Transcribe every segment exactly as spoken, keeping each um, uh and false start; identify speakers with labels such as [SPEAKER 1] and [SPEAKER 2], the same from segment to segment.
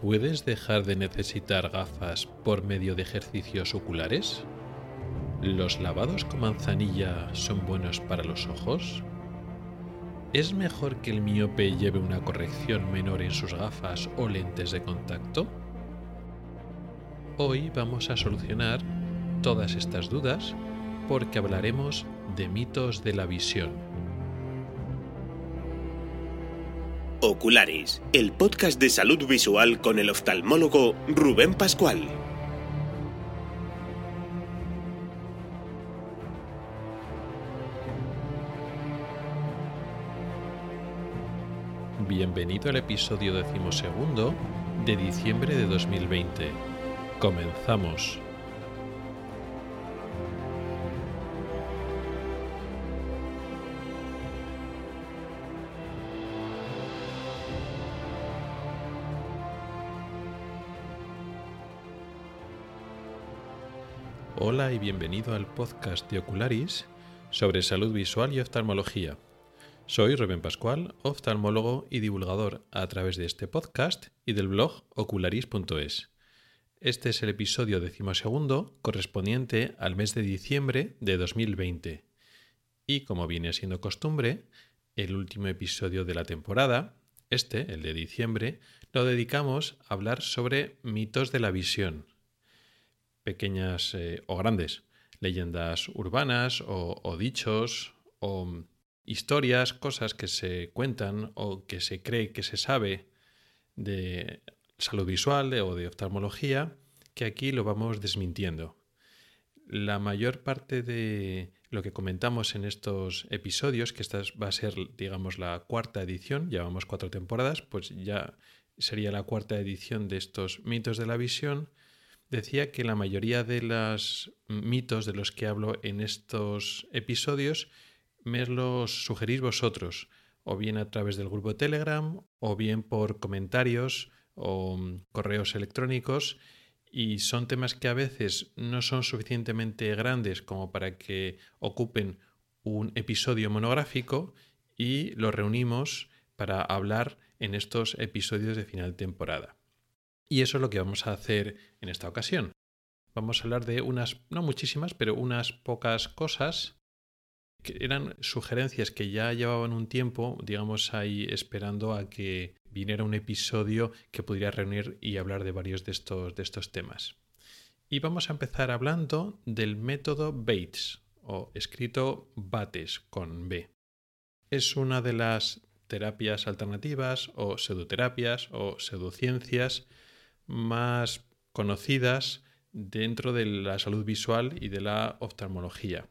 [SPEAKER 1] ¿Puedes dejar de necesitar gafas por medio de ejercicios oculares? ¿Los lavados con manzanilla son buenos para los ojos? ¿Es mejor que el miope lleve una corrección menor en sus gafas o lentes de contacto? Hoy vamos a solucionar todas estas dudas porque hablaremos de mitos de la visión.
[SPEAKER 2] Oculares, el podcast de salud visual con el oftalmólogo Rubén Pascual.
[SPEAKER 1] Bienvenido al episodio decimosegundo de diciembre de dos mil veinte. Comenzamos. Hola y bienvenido al podcast de Ocularis sobre salud visual y oftalmología. Soy Rubén Pascual, oftalmólogo y divulgador a través de este podcast y del blog ocularis punto es. Este es el episodio decimosegundo correspondiente al mes de diciembre de dos mil veinte. Y como viene siendo costumbre, el último episodio de la temporada, este, el de diciembre, lo dedicamos a hablar sobre mitos de la visión. Pequeñas eh, o grandes leyendas urbanas o, o dichos o historias, cosas que se cuentan o que se cree que se sabe de salud visual o de oftalmología, que aquí lo vamos desmintiendo. La mayor parte de lo que comentamos en estos episodios, que esta va a ser, digamos, la cuarta edición, llevamos cuatro temporadas, pues ya sería la cuarta edición de estos mitos de la visión. Decía que la mayoría de los mitos de los que hablo en estos episodios me los sugerís vosotros, o bien a través del grupo Telegram, o bien por comentarios o correos electrónicos, y son temas que a veces no son suficientemente grandes como para que ocupen un episodio monográfico y los reunimos para hablar en estos episodios de final de temporada. Y eso es lo que vamos a hacer en esta ocasión. Vamos a hablar de unas, no muchísimas, pero unas pocas cosas que eran sugerencias que ya llevaban un tiempo, digamos, ahí esperando a que viniera un episodio que pudiera reunir y hablar de varios de estos, de estos temas. Y vamos a empezar hablando del método Bates, o escrito Bates con B. Es una de las terapias alternativas o pseudoterapias o pseudociencias más conocidas dentro de la salud visual y de la oftalmología.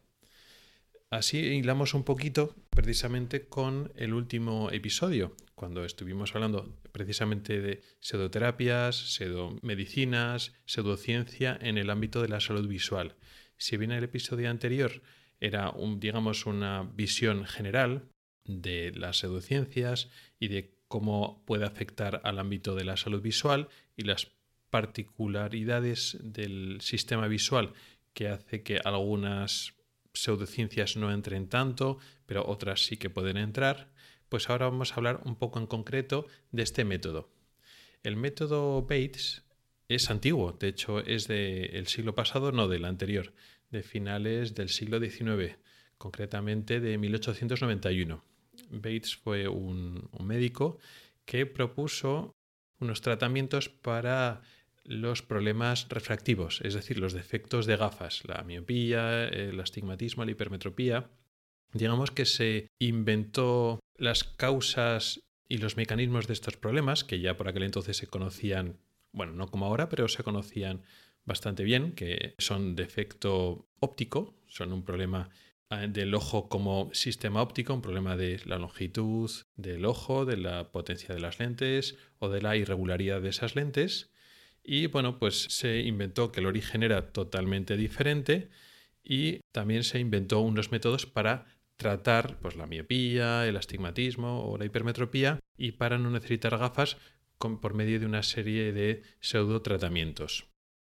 [SPEAKER 1] Así hilamos un poquito precisamente con el último episodio, cuando estuvimos hablando precisamente de pseudoterapias, pseudomedicinas, pseudociencia en el ámbito de la salud visual. Si bien el episodio anterior era, un, digamos, una visión general de las pseudociencias y de cómo puede afectar al ámbito de la salud visual y las particularidades del sistema visual que hace que algunas pseudociencias no entren tanto, pero otras sí que pueden entrar, pues ahora vamos a hablar un poco en concreto de este método. El método Bates es antiguo, de hecho es del siglo pasado, no del anterior, de finales del siglo diecinueve, concretamente de mil ochocientos noventa y uno. Bates fue un, un médico que propuso unos tratamientos para los problemas refractivos, es decir, los defectos de gafas, la miopía, el astigmatismo, la hipermetropía. Digamos que se inventó las causas y los mecanismos de estos problemas, que ya por aquel entonces se conocían, bueno, no como ahora, pero se conocían bastante bien, que son defecto óptico, son un problema del ojo como sistema óptico, un problema de la longitud del ojo, de la potencia de las lentes o de la irregularidad de esas lentes. Y bueno, pues se inventó que el origen era totalmente diferente y también se inventó unos métodos para tratar pues, la miopía, el astigmatismo o la hipermetropía y para no necesitar gafas con, por medio de una serie de pseudotratamientos.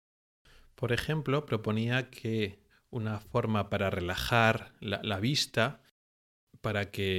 [SPEAKER 1] Por ejemplo, proponía que una forma para relajar la, la vista, para que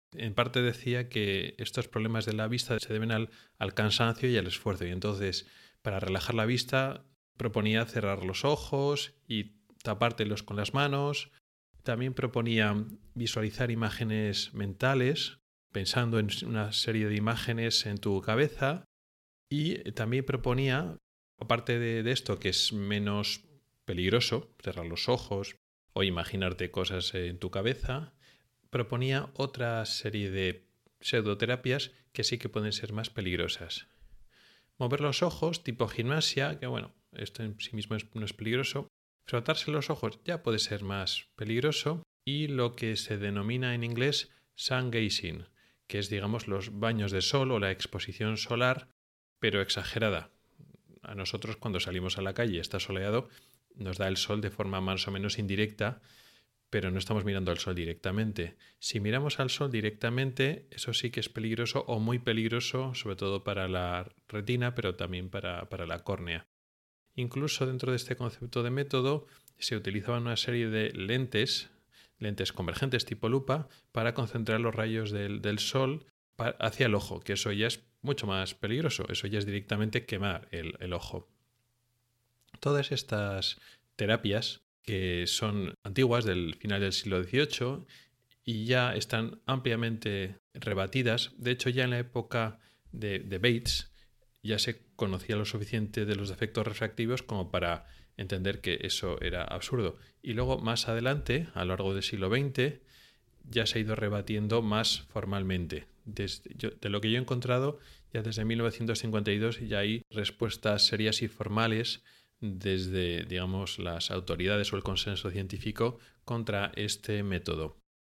[SPEAKER 1] En parte decía que estos problemas de la vista se deben al, al cansancio y al esfuerzo. Y entonces, para relajar la vista, proponía cerrar los ojos y tapártelos con las manos. También proponía visualizar imágenes mentales, pensando en una serie de imágenes en tu cabeza. Y también proponía, aparte de, de esto, que es menos peligroso, cerrar los ojos o imaginarte cosas en tu cabeza, proponía otra serie de pseudoterapias que sí que pueden ser más peligrosas. Mover los ojos, tipo gimnasia, que bueno, esto en sí mismo es, no es peligroso. Frotarse los ojos ya puede ser más peligroso. Y lo que se denomina en inglés sun gazing, que es, digamos, los baños de sol o la exposición solar, pero exagerada. A nosotros, cuando salimos a la calle y está soleado, nos da el sol de forma más o menos indirecta, pero no estamos mirando al sol directamente. Si miramos al sol directamente, eso sí que es peligroso o muy peligroso, sobre todo para la retina, pero también para, para la córnea. Incluso dentro de este concepto de método se utilizaban una serie de lentes, lentes convergentes tipo lupa, para concentrar los rayos del, del sol hacia el ojo, que eso ya es mucho más peligroso, eso ya es directamente quemar el, el ojo. Todas estas terapias, que son antiguas, del final del siglo dieciocho, y ya están ampliamente rebatidas. De hecho, ya en la época de, de Bates ya se conocía lo suficiente de los defectos refractivos como para entender que eso era absurdo. Y luego, más adelante, a lo largo del siglo veinte, ya se ha ido rebatiendo más formalmente. Desde, yo, de lo que yo he encontrado, ya desde mil novecientos cincuenta y dos ya hay respuestas serias y formales desde, digamos, las autoridades o el consenso científico contra este método.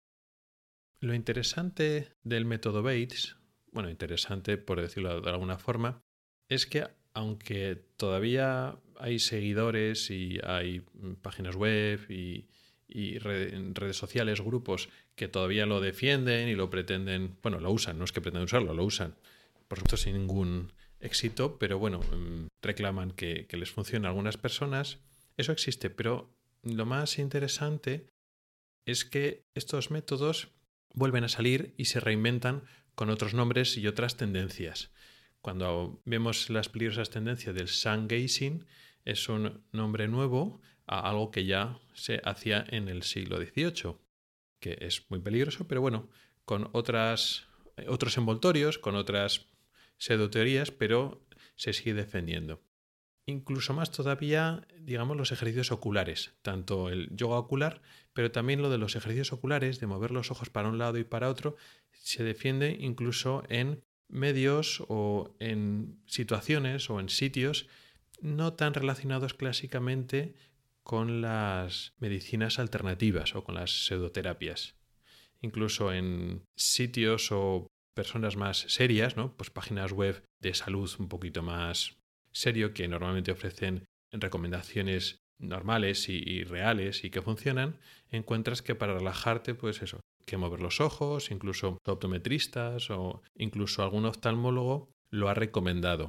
[SPEAKER 1] Lo interesante del método Bates, bueno, interesante por decirlo de alguna forma, es que aunque todavía hay seguidores y hay páginas web y, y red, redes sociales, grupos que todavía lo defienden y lo pretenden, bueno, lo usan, no es que pretendan usarlo, lo usan, por supuesto sin ningún éxito, pero bueno, reclaman que, que les funciona a algunas personas. Eso existe, pero lo más interesante es que estos métodos vuelven a salir y se reinventan con otros nombres y otras tendencias. Cuando vemos las peligrosas tendencias del sun gazing, es un nombre nuevo a algo que ya se hacía en el siglo dieciocho, que es muy peligroso, pero bueno, con otras, otros envoltorios, con otras pseudoteorías, pero se sigue defendiendo. Incluso más todavía, digamos, los ejercicios oculares, tanto el yoga ocular, pero también lo de los ejercicios oculares, de mover los ojos para un lado y para otro, se defiende incluso en medios o en situaciones o en sitios no tan relacionados clásicamente con las medicinas alternativas o con las pseudoterapias. Incluso en sitios o personas más serias, ¿no? Pues páginas web de salud un poquito más serio que normalmente ofrecen recomendaciones normales y, y reales y que funcionan, encuentras que para relajarte, pues eso, que mover los ojos, incluso optometristas o incluso algún oftalmólogo lo ha recomendado.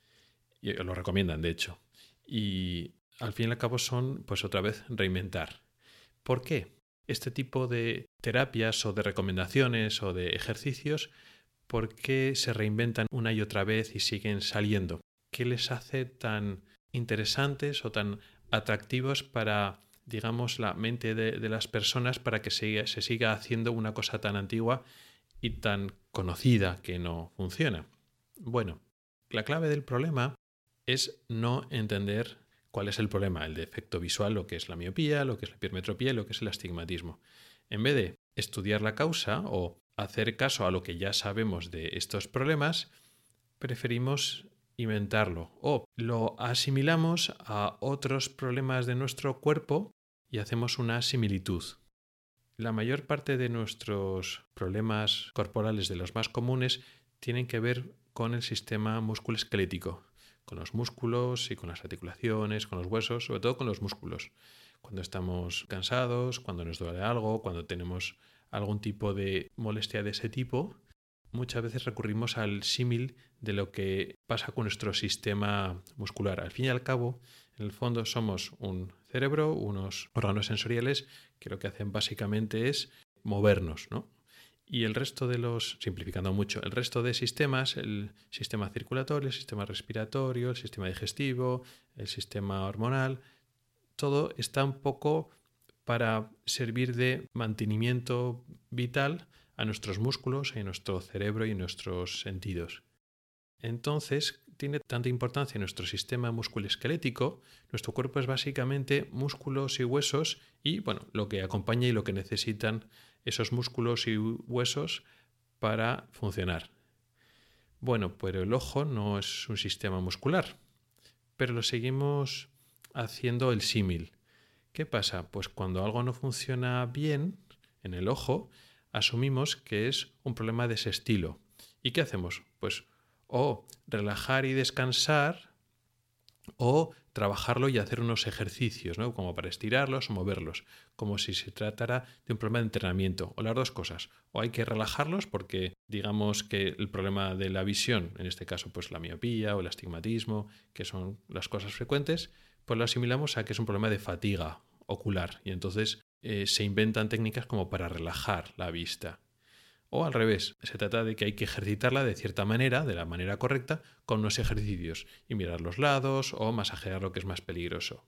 [SPEAKER 1] Y lo recomiendan, de hecho. Y al fin y al cabo son, pues otra vez, reinventar. ¿Por qué? Este tipo de terapias o de recomendaciones o de ejercicios, ¿por qué se reinventan una y otra vez y siguen saliendo? ¿Qué les hace tan interesantes o tan atractivos para, digamos, la mente de, de las personas para que se, se siga haciendo una cosa tan antigua y tan conocida que no funciona? Bueno, la clave del problema es no entender cuál es el problema, el defecto visual, lo que es la miopía, lo que es la hipermetropía y lo que es el astigmatismo. En vez de estudiar la causa o hacer caso a lo que ya sabemos de estos problemas, preferimos inventarlo o lo asimilamos a otros problemas de nuestro cuerpo y hacemos una similitud. La mayor parte de nuestros problemas corporales, de los más comunes, tienen que ver con el sistema musculoesquelético, con los músculos y con las articulaciones, con los huesos, sobre todo con los músculos. Cuando estamos cansados, cuando nos duele algo, cuando tenemos algún tipo de molestia de ese tipo, muchas veces recurrimos al símil de lo que pasa con nuestro sistema muscular. Al fin y al cabo, en el fondo somos un cerebro, unos órganos sensoriales que lo que hacen básicamente es movernos, ¿no? Y el resto de los, simplificando mucho, el resto de sistemas, el sistema circulatorio, el sistema respiratorio, el sistema digestivo, el sistema hormonal, todo está un poco para servir de mantenimiento vital a nuestros músculos, a nuestro cerebro y a nuestros sentidos. Entonces, tiene tanta importancia nuestro sistema musculoesquelético. Nuestro cuerpo es básicamente músculos y huesos y, bueno, lo que acompaña y lo que necesitan esos músculos y huesos para funcionar. Bueno, pero el ojo no es un sistema muscular, pero lo seguimos haciendo el símil. ¿Qué pasa? Pues cuando algo no funciona bien en el ojo, asumimos que es un problema de ese estilo. ¿Y qué hacemos? Pues o relajar y descansar o trabajarlo y hacer unos ejercicios, ¿no? Como para estirarlos o moverlos, como si se tratara de un problema de entrenamiento, o las dos cosas. O hay que relajarlos porque digamos que el problema de la visión, en este caso pues la miopía o el astigmatismo, que son las cosas frecuentes, pues lo asimilamos a que es un problema de fatiga ocular y entonces eh, se inventan técnicas como para relajar la vista. O al revés, se trata de que hay que ejercitarla de cierta manera, de la manera correcta, con unos ejercicios y mirar los lados o masajear lo que es más peligroso.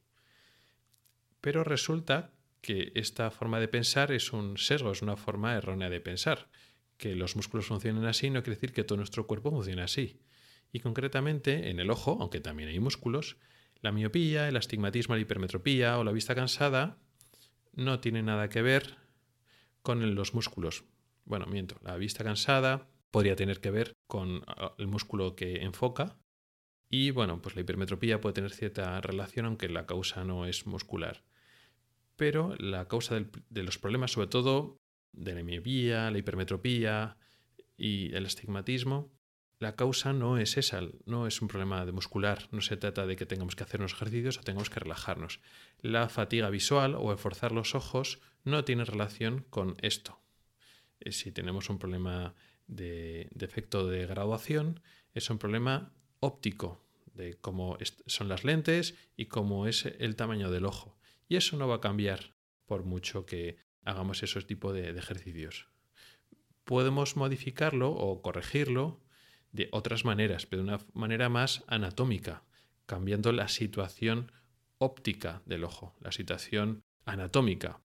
[SPEAKER 1] Pero resulta que esta forma de pensar es un sesgo, es una forma errónea de pensar. Que los músculos funcionen así no quiere decir que todo nuestro cuerpo funcione así. Y concretamente en el ojo, aunque también hay músculos, la miopía, el astigmatismo, la hipermetropía o la vista cansada no tienen nada que ver con los músculos. Bueno, miento, la vista cansada podría tener que ver con el músculo que enfoca y, bueno, pues la hipermetropía puede tener cierta relación aunque la causa no es muscular. Pero la causa del, de los problemas, sobre todo de la miopía, la hipermetropía y el astigmatismo, la causa no es esa, no es un problema de muscular, no se trata de que tengamos que hacer unos ejercicios o tengamos que relajarnos. La fatiga visual o esforzar los ojos no tiene relación con esto. Si tenemos un problema de defecto de graduación, es un problema óptico, de cómo son las lentes y cómo es el tamaño del ojo. Y eso no va a cambiar por mucho que hagamos esos tipos de, de ejercicios. Podemos modificarlo o corregirlo de otras maneras, pero de una manera más anatómica, cambiando la situación óptica del ojo, la situación anatómica.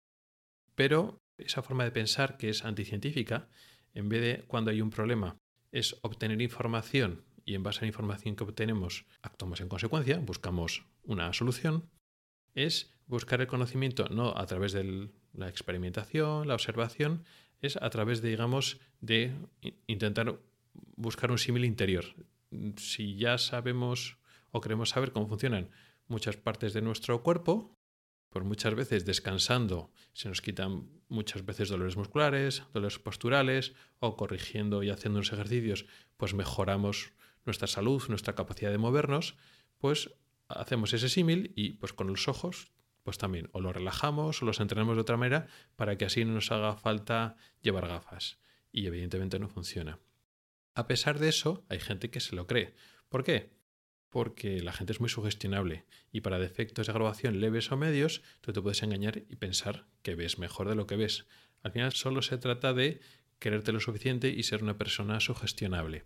[SPEAKER 1] Pero esa forma de pensar que es anticientífica, en vez de cuando hay un problema, es obtener información y en base a la información que obtenemos actuamos en consecuencia, buscamos una solución, es buscar el conocimiento no a través de la experimentación, la observación, es a través de, digamos, de intentar buscar un símil interior. Si ya sabemos o queremos saber cómo funcionan muchas partes de nuestro cuerpo, por muchas veces descansando se nos quitan muchas veces dolores musculares, dolores posturales o corrigiendo y haciendo unos ejercicios, pues mejoramos nuestra salud, nuestra capacidad de movernos, pues hacemos ese símil y pues con los ojos pues también o lo relajamos o los entrenamos de otra manera para que así no nos haga falta llevar gafas y evidentemente no funciona. A pesar de eso, hay gente que se lo cree. ¿Por qué? Porque la gente es muy sugestionable y para defectos de graduación leves o medios tú te puedes engañar y pensar que ves mejor de lo que ves. Al final solo se trata de quererte lo suficiente y ser una persona sugestionable.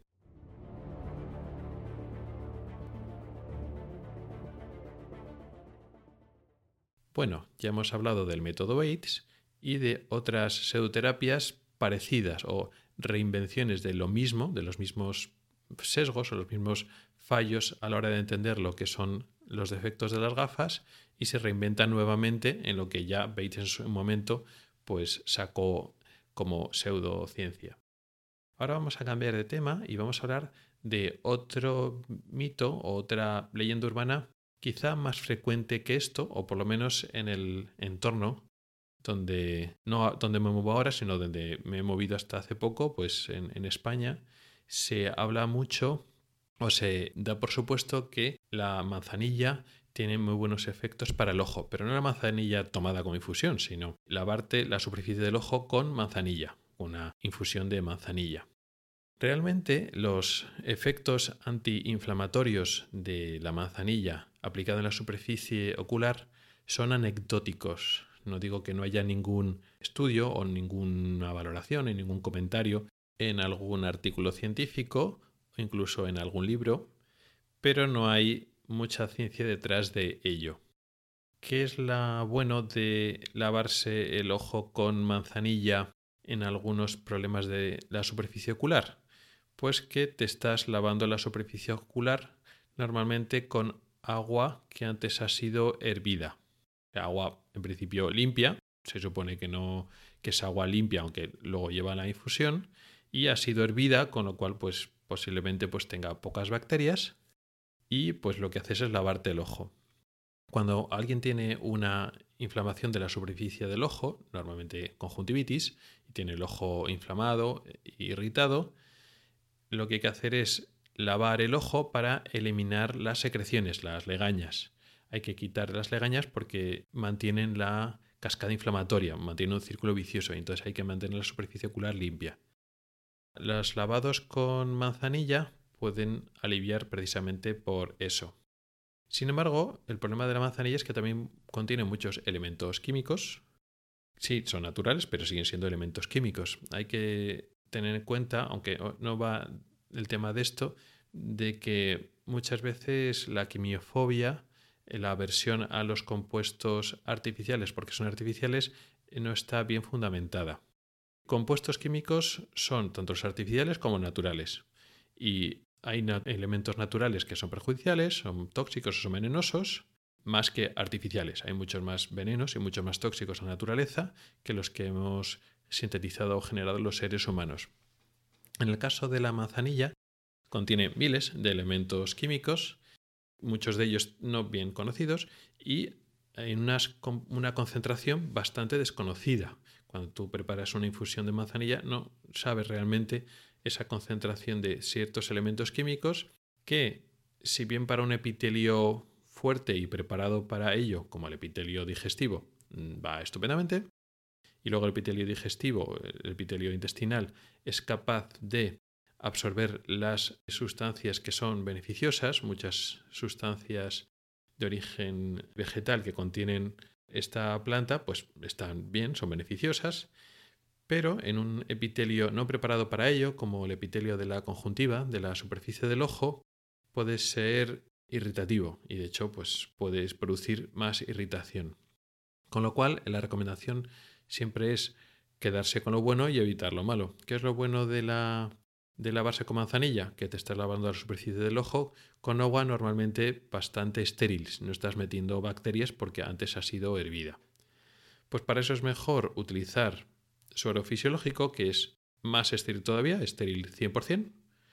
[SPEAKER 1] Bueno, ya hemos hablado del método Bates y de otras pseudoterapias parecidas o reinvenciones de lo mismo, de los mismos sesgos o los mismos fallos a la hora de entender lo que son los defectos de las gafas y se reinventan nuevamente en lo que ya Bates en su momento pues sacó como pseudociencia. Ahora vamos a cambiar de tema y vamos a hablar de otro mito o otra leyenda urbana quizá más frecuente que esto, o por lo menos en el entorno donde, no donde me muevo ahora, sino donde me he movido hasta hace poco, pues en, en España, se habla mucho o se da por supuesto que la manzanilla tiene muy buenos efectos para el ojo, pero no la manzanilla tomada como infusión, sino lavarte la superficie del ojo con manzanilla, una infusión de manzanilla. Realmente los efectos antiinflamatorios de la manzanilla aplicada en la superficie ocular son anecdóticos. No digo que no haya ningún estudio o ninguna valoración, o ningún comentario en algún artículo científico o incluso en algún libro, pero no hay mucha ciencia detrás de ello. ¿Qué es lo bueno de lavarse el ojo con manzanilla en algunos problemas de la superficie ocular? Pues que te estás lavando la superficie ocular normalmente con agua que antes ha sido hervida. Agua en principio limpia, se supone que no que es agua limpia, aunque luego lleva la infusión, y ha sido hervida, con lo cual pues posiblemente pues tenga pocas bacterias, y pues lo que haces es lavarte el ojo. Cuando alguien tiene una inflamación de la superficie del ojo, normalmente conjuntivitis, y tiene el ojo inflamado e irritado, lo que hay que hacer es lavar el ojo para eliminar las secreciones, las legañas. Hay que quitar las legañas porque mantienen la cascada inflamatoria, mantienen un círculo vicioso, y entonces hay que mantener la superficie ocular limpia. Los lavados con manzanilla pueden aliviar precisamente por eso. Sin embargo, el problema de la manzanilla es que también contiene muchos elementos químicos. Sí, son naturales, pero siguen siendo elementos químicos. Hay que tener en cuenta, aunque no va el tema de esto, de que muchas veces la quimiofobia, la aversión a los compuestos artificiales, porque son artificiales, no está bien fundamentada. Compuestos químicos son tanto los artificiales como naturales. Y hay na- elementos naturales que son perjudiciales, son tóxicos o son venenosos, más que artificiales. Hay muchos más venenos y muchos más tóxicos en la naturaleza que los que hemos sintetizado o generado los seres humanos. En el caso de la manzanilla, contiene miles de elementos químicos, muchos de ellos no bien conocidos, y en unas, una concentración bastante desconocida. Cuando tú preparas una infusión de manzanilla, no sabes realmente esa concentración de ciertos elementos químicos que, si bien para un epitelio fuerte y preparado para ello, como el epitelio digestivo, va estupendamente, y luego el epitelio digestivo, el epitelio intestinal, es capaz de absorber las sustancias que son beneficiosas, muchas sustancias de origen vegetal que contienen esta planta, pues están bien, son beneficiosas, pero en un epitelio no preparado para ello, como el epitelio de la conjuntiva, de la superficie del ojo, puede ser irritativo y de hecho pues puedes producir más irritación. Con lo cual, la recomendación siempre es quedarse con lo bueno y evitar lo malo. ¿Qué es lo bueno de la de lavarse con manzanilla? Que te estás lavando la superficie del ojo con agua normalmente bastante estéril. No estás metiendo bacterias porque antes ha sido hervida. Pues para eso es mejor utilizar suero fisiológico, que es más estéril todavía, estéril cien por ciento,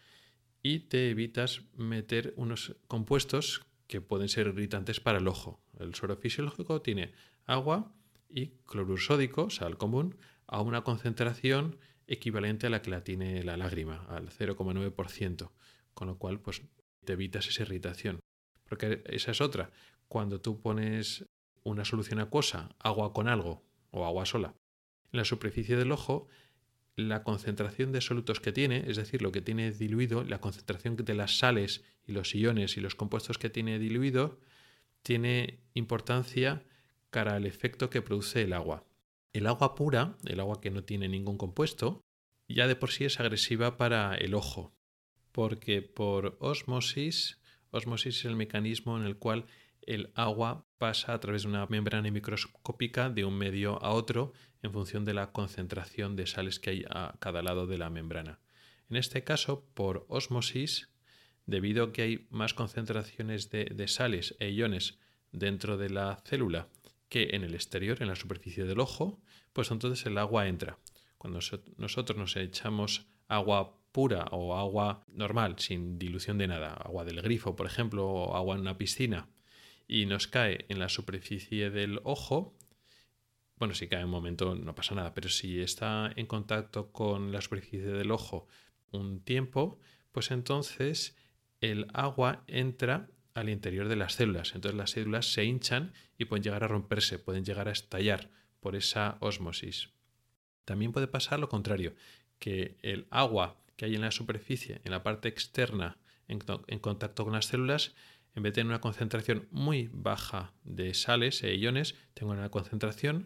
[SPEAKER 1] y te evitas meter unos compuestos que pueden ser irritantes para el ojo. El suero fisiológico tiene agua y cloruro sódico, sal común, a una concentración equivalente a la que la tiene la lágrima, al cero coma nueve por ciento, con lo cual pues, te evitas esa irritación. Porque esa es otra. Cuando tú pones una solución acuosa, agua con algo o agua sola, en la superficie del ojo, la concentración de solutos que tiene, es decir, lo que tiene diluido, la concentración de las sales y los iones y los compuestos que tiene diluido, tiene importancia cara al efecto que produce el agua. El agua pura, el agua que no tiene ningún compuesto, ya de por sí es agresiva para el ojo, porque por ósmosis, ósmosis es el mecanismo en el cual el agua pasa a través de una membrana microscópica de un medio a otro en función de la concentración de sales que hay a cada lado de la membrana. En este caso, por ósmosis, debido a que hay más concentraciones de, de sales e iones dentro de la célula que en el exterior, en la superficie del ojo, pues entonces el agua entra. Cuando nosotros nos echamos agua pura o agua normal, sin dilución de nada, agua del grifo, por ejemplo, o agua en una piscina, y nos cae en la superficie del ojo, bueno, si cae en un momento no pasa nada, pero si está en contacto con la superficie del ojo un tiempo, pues entonces el agua entra al interior de las células. Entonces las células se hinchan y pueden llegar a romperse, pueden llegar a estallar por esa ósmosis. También puede pasar lo contrario, que el agua que hay en la superficie, en la parte externa, en, en contacto con las células, en vez de tener una concentración muy baja de sales e iones, tenga una concentración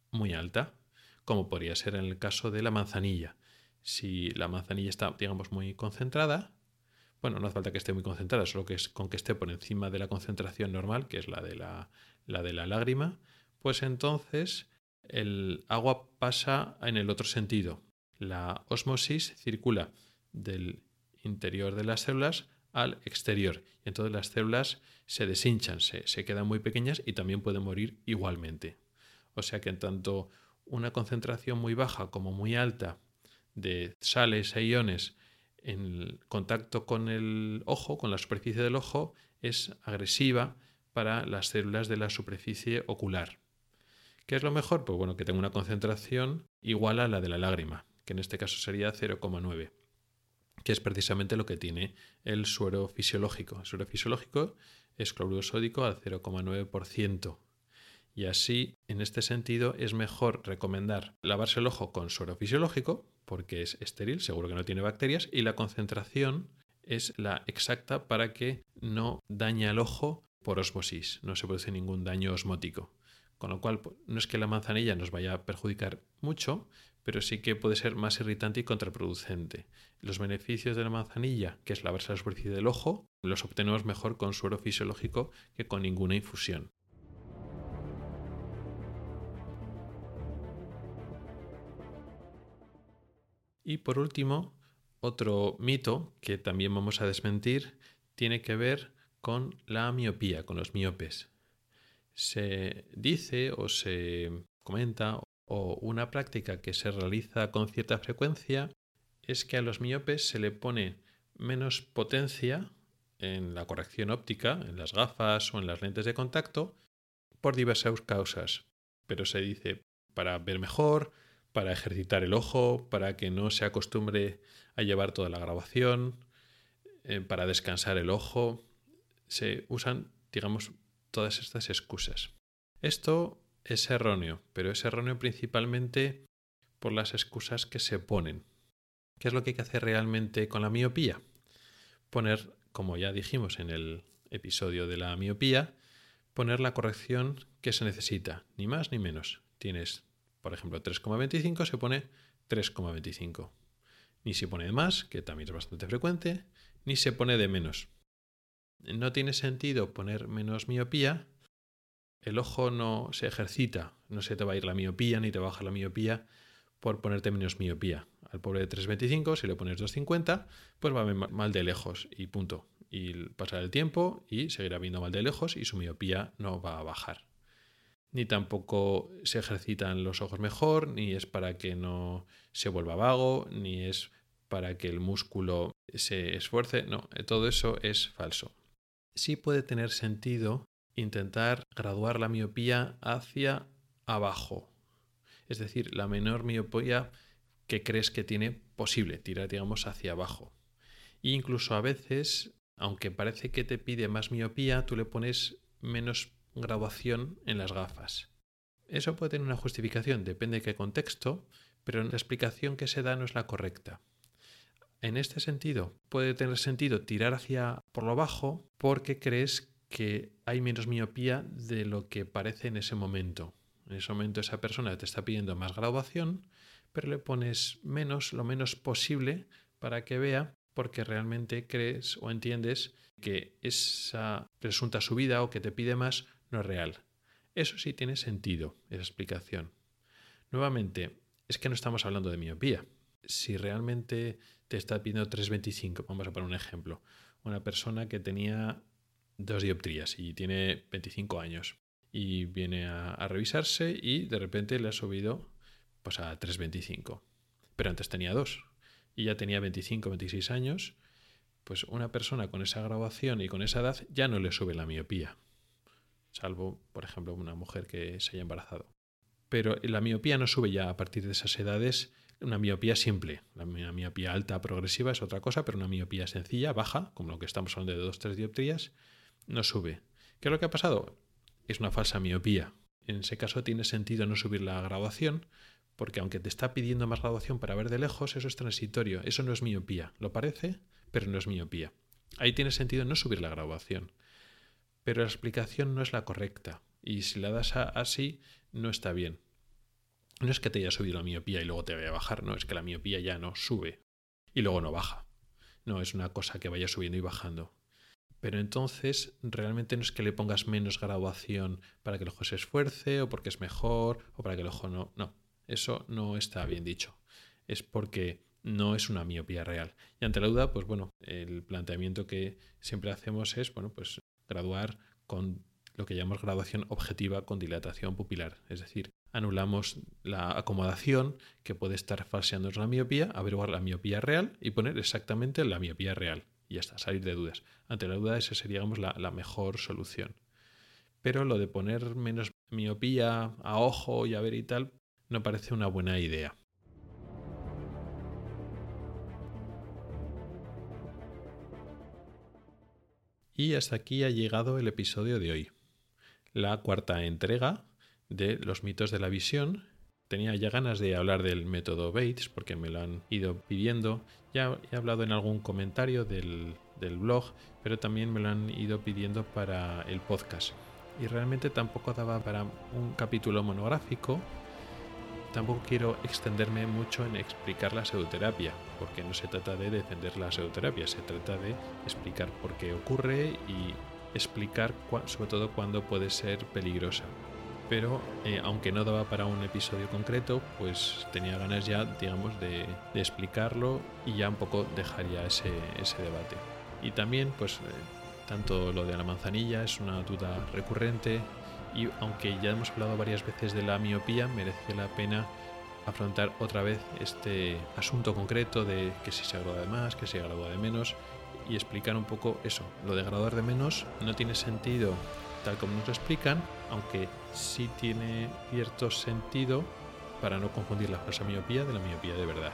[SPEAKER 1] muy alta, como podría ser en el caso de la manzanilla. Si la manzanilla está, digamos, muy concentrada, bueno, no hace falta que esté muy concentrada, solo que es con que esté por encima de la concentración normal, que es la de la, la de la lágrima, pues entonces el agua pasa en el otro sentido. La ósmosis circula del interior de las células al exterior. Y entonces las células se deshinchan, se, se quedan muy pequeñas y también pueden morir igualmente. O sea que en tanto una concentración muy baja como muy alta de sales e iones en contacto con el ojo, con la superficie del ojo, es agresiva para las células de la superficie ocular. ¿Qué es lo mejor? Pues bueno, que tenga una concentración igual a la de la lágrima, que en este caso sería cero coma nueve, que es precisamente lo que tiene el suero fisiológico. El suero fisiológico es cloruro sódico al cero coma nueve por ciento. Y así, en este sentido, es mejor recomendar lavarse el ojo con suero fisiológico, porque es estéril, seguro que no tiene bacterias, y la concentración es la exacta para que no dañe al ojo por ósmosis, no se produce ningún daño osmótico. Con lo cual, no es que la manzanilla nos vaya a perjudicar mucho, pero sí que puede ser más irritante y contraproducente. Los beneficios de la manzanilla, que es lavarse la superficie del ojo, los obtenemos mejor con suero fisiológico que con ninguna infusión. Y por último, otro mito que también vamos a desmentir tiene que ver con la miopía, con los miopes. Se dice o se comenta, o una práctica que se realiza con cierta frecuencia, es que a los miopes se le pone menos potencia en la corrección óptica, en las gafas o en las lentes de contacto, por diversas causas. Pero se dice para ver mejor, para ejercitar el ojo, para que no se acostumbre a llevar toda la graduación, eh, para descansar el ojo. Se usan, digamos, todas estas excusas. Esto es erróneo, pero es erróneo principalmente por las excusas que se ponen. ¿Qué es lo que hay que hacer realmente con la miopía? Poner, como ya dijimos en el episodio de la miopía, poner la corrección que se necesita, ni más ni menos. Tienes, por ejemplo, tres coma veinticinco, se pone tres coma veinticinco. Ni se pone de más, que también es bastante frecuente, ni se pone de menos. No tiene sentido poner menos miopía. El ojo no se ejercita, no se te va a ir la miopía ni te baja la miopía por ponerte menos miopía. Al pobre de tres coma veinticinco, si le pones dos coma cincuenta, pues va a ver mal de lejos y punto. Y pasará el tiempo y seguirá viendo mal de lejos y su miopía no va a bajar. Ni tampoco se ejercitan los ojos mejor, ni es para que no se vuelva vago, ni es para que el músculo se esfuerce. No, todo eso es falso. Sí puede tener sentido intentar graduar la miopía hacia abajo. Es decir, la menor miopía que crees que tiene posible, tirar, digamos, hacia abajo. E incluso a veces, aunque parece que te pide más miopía, tú le pones menos graduación en las gafas. Eso puede tener una justificación, depende de qué contexto, pero la explicación que se da no es la correcta. En este sentido, puede tener sentido tirar hacia por lo bajo porque crees que hay menos miopía de lo que parece en ese momento. En ese momento esa persona te está pidiendo más graduación, pero le pones menos, lo menos posible para que vea, porque realmente crees o entiendes que esa presunta subida o que te pide más no es real. Eso sí tiene sentido, esa explicación. Nuevamente, es que no estamos hablando de miopía. Si realmente te está pidiendo tres coma veinticinco, vamos a poner un ejemplo, una persona que tenía dos dioptrías y tiene veinticinco años y viene a, a revisarse y de repente le ha subido pues a tres coma veinticinco, pero antes tenía dos y ya tenía veinticinco, veintiséis años, pues una persona con esa graduación y con esa edad ya no le sube la miopía, salvo, por ejemplo, una mujer que se haya embarazado. Pero la miopía no sube ya a partir de esas edades. Una miopía simple, la miopía alta progresiva es otra cosa, pero una miopía sencilla, baja, como lo que estamos hablando de dos o tres dioptrías, no sube. ¿Qué es lo que ha pasado? Es una falsa miopía. En ese caso tiene sentido no subir la graduación, porque aunque te está pidiendo más graduación para ver de lejos, eso es transitorio, eso no es miopía. Lo parece, pero no es miopía. Ahí tiene sentido no subir la graduación. Pero la explicación no es la correcta, y si la das así, no está bien. no es que te haya subido la miopía y luego te vaya a bajar, no, es que la miopía ya no sube y luego no baja. No, es una cosa que vaya subiendo y bajando. Pero entonces realmente no es que le pongas menos graduación para que el ojo se esfuerce o porque es mejor o para que el ojo no... No, eso no está bien dicho. Es porque no es una miopía real. Y ante la duda, pues bueno, el planteamiento que siempre hacemos es, bueno, pues graduar con lo que llamamos graduación objetiva con dilatación pupilar. Es decir, anulamos la acomodación que puede estar falseándonos la miopía, averiguar la miopía real y poner exactamente la miopía real. Y ya está, salir de dudas. Ante la duda, esa sería, digamos, la, la mejor solución. Pero lo de poner menos miopía a ojo y a ver y tal, no parece una buena idea. Y hasta aquí ha llegado el episodio de hoy. La cuarta entrega de los mitos de la visión. Tenía ya ganas de hablar del método Bates porque me lo han ido pidiendo. Ya he hablado en algún comentario del, del blog, pero también me lo han ido pidiendo para el podcast. Y realmente tampoco daba para un capítulo monográfico. Tampoco quiero extenderme mucho en explicar la pseudoterapia, porque no se trata de defender la pseudoterapia, se trata de explicar por qué ocurre y explicar cu- sobre todo cuándo puede ser peligrosa. Pero eh, aunque no daba para un episodio concreto, pues tenía ganas ya, digamos, de, de explicarlo y ya un poco dejaría ese, ese debate. Y también, pues, eh, tanto lo de la manzanilla es una duda recurrente y aunque ya hemos hablado varias veces de la miopía, merece la pena afrontar otra vez este asunto concreto de que si se gradúa de más, que si se gradúa de menos y explicar un poco eso. Lo de graduar de menos no tiene sentido tal como nos lo explican, aunque sí tiene cierto sentido para no confundir la falsa miopía de la miopía de verdad.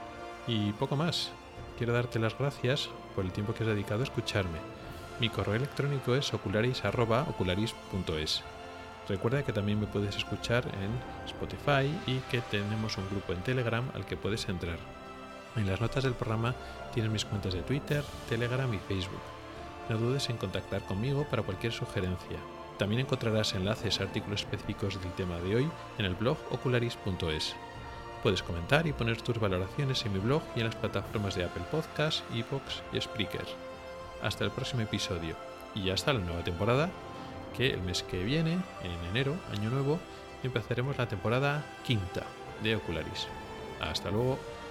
[SPEAKER 1] Y poco más. Quiero darte las gracias por el tiempo que has dedicado a escucharme. Mi correo electrónico es ocularis arroba ocularis punto es. Recuerda que también me puedes escuchar en Spotify y que tenemos un grupo en Telegram al que puedes entrar. En las notas del programa tienes mis cuentas de Twitter, Telegram y Facebook. No dudes en contactar conmigo para cualquier sugerencia. También encontrarás enlaces a artículos específicos del tema de hoy en el blog ocularis punto es. Puedes comentar y poner tus valoraciones en mi blog y en las plataformas de Apple Podcasts, iVoox y Spreaker. Hasta el próximo episodio y hasta la nueva temporada, que el mes que viene, en enero, año nuevo, empezaremos la temporada quinta de Ocularis. Hasta luego.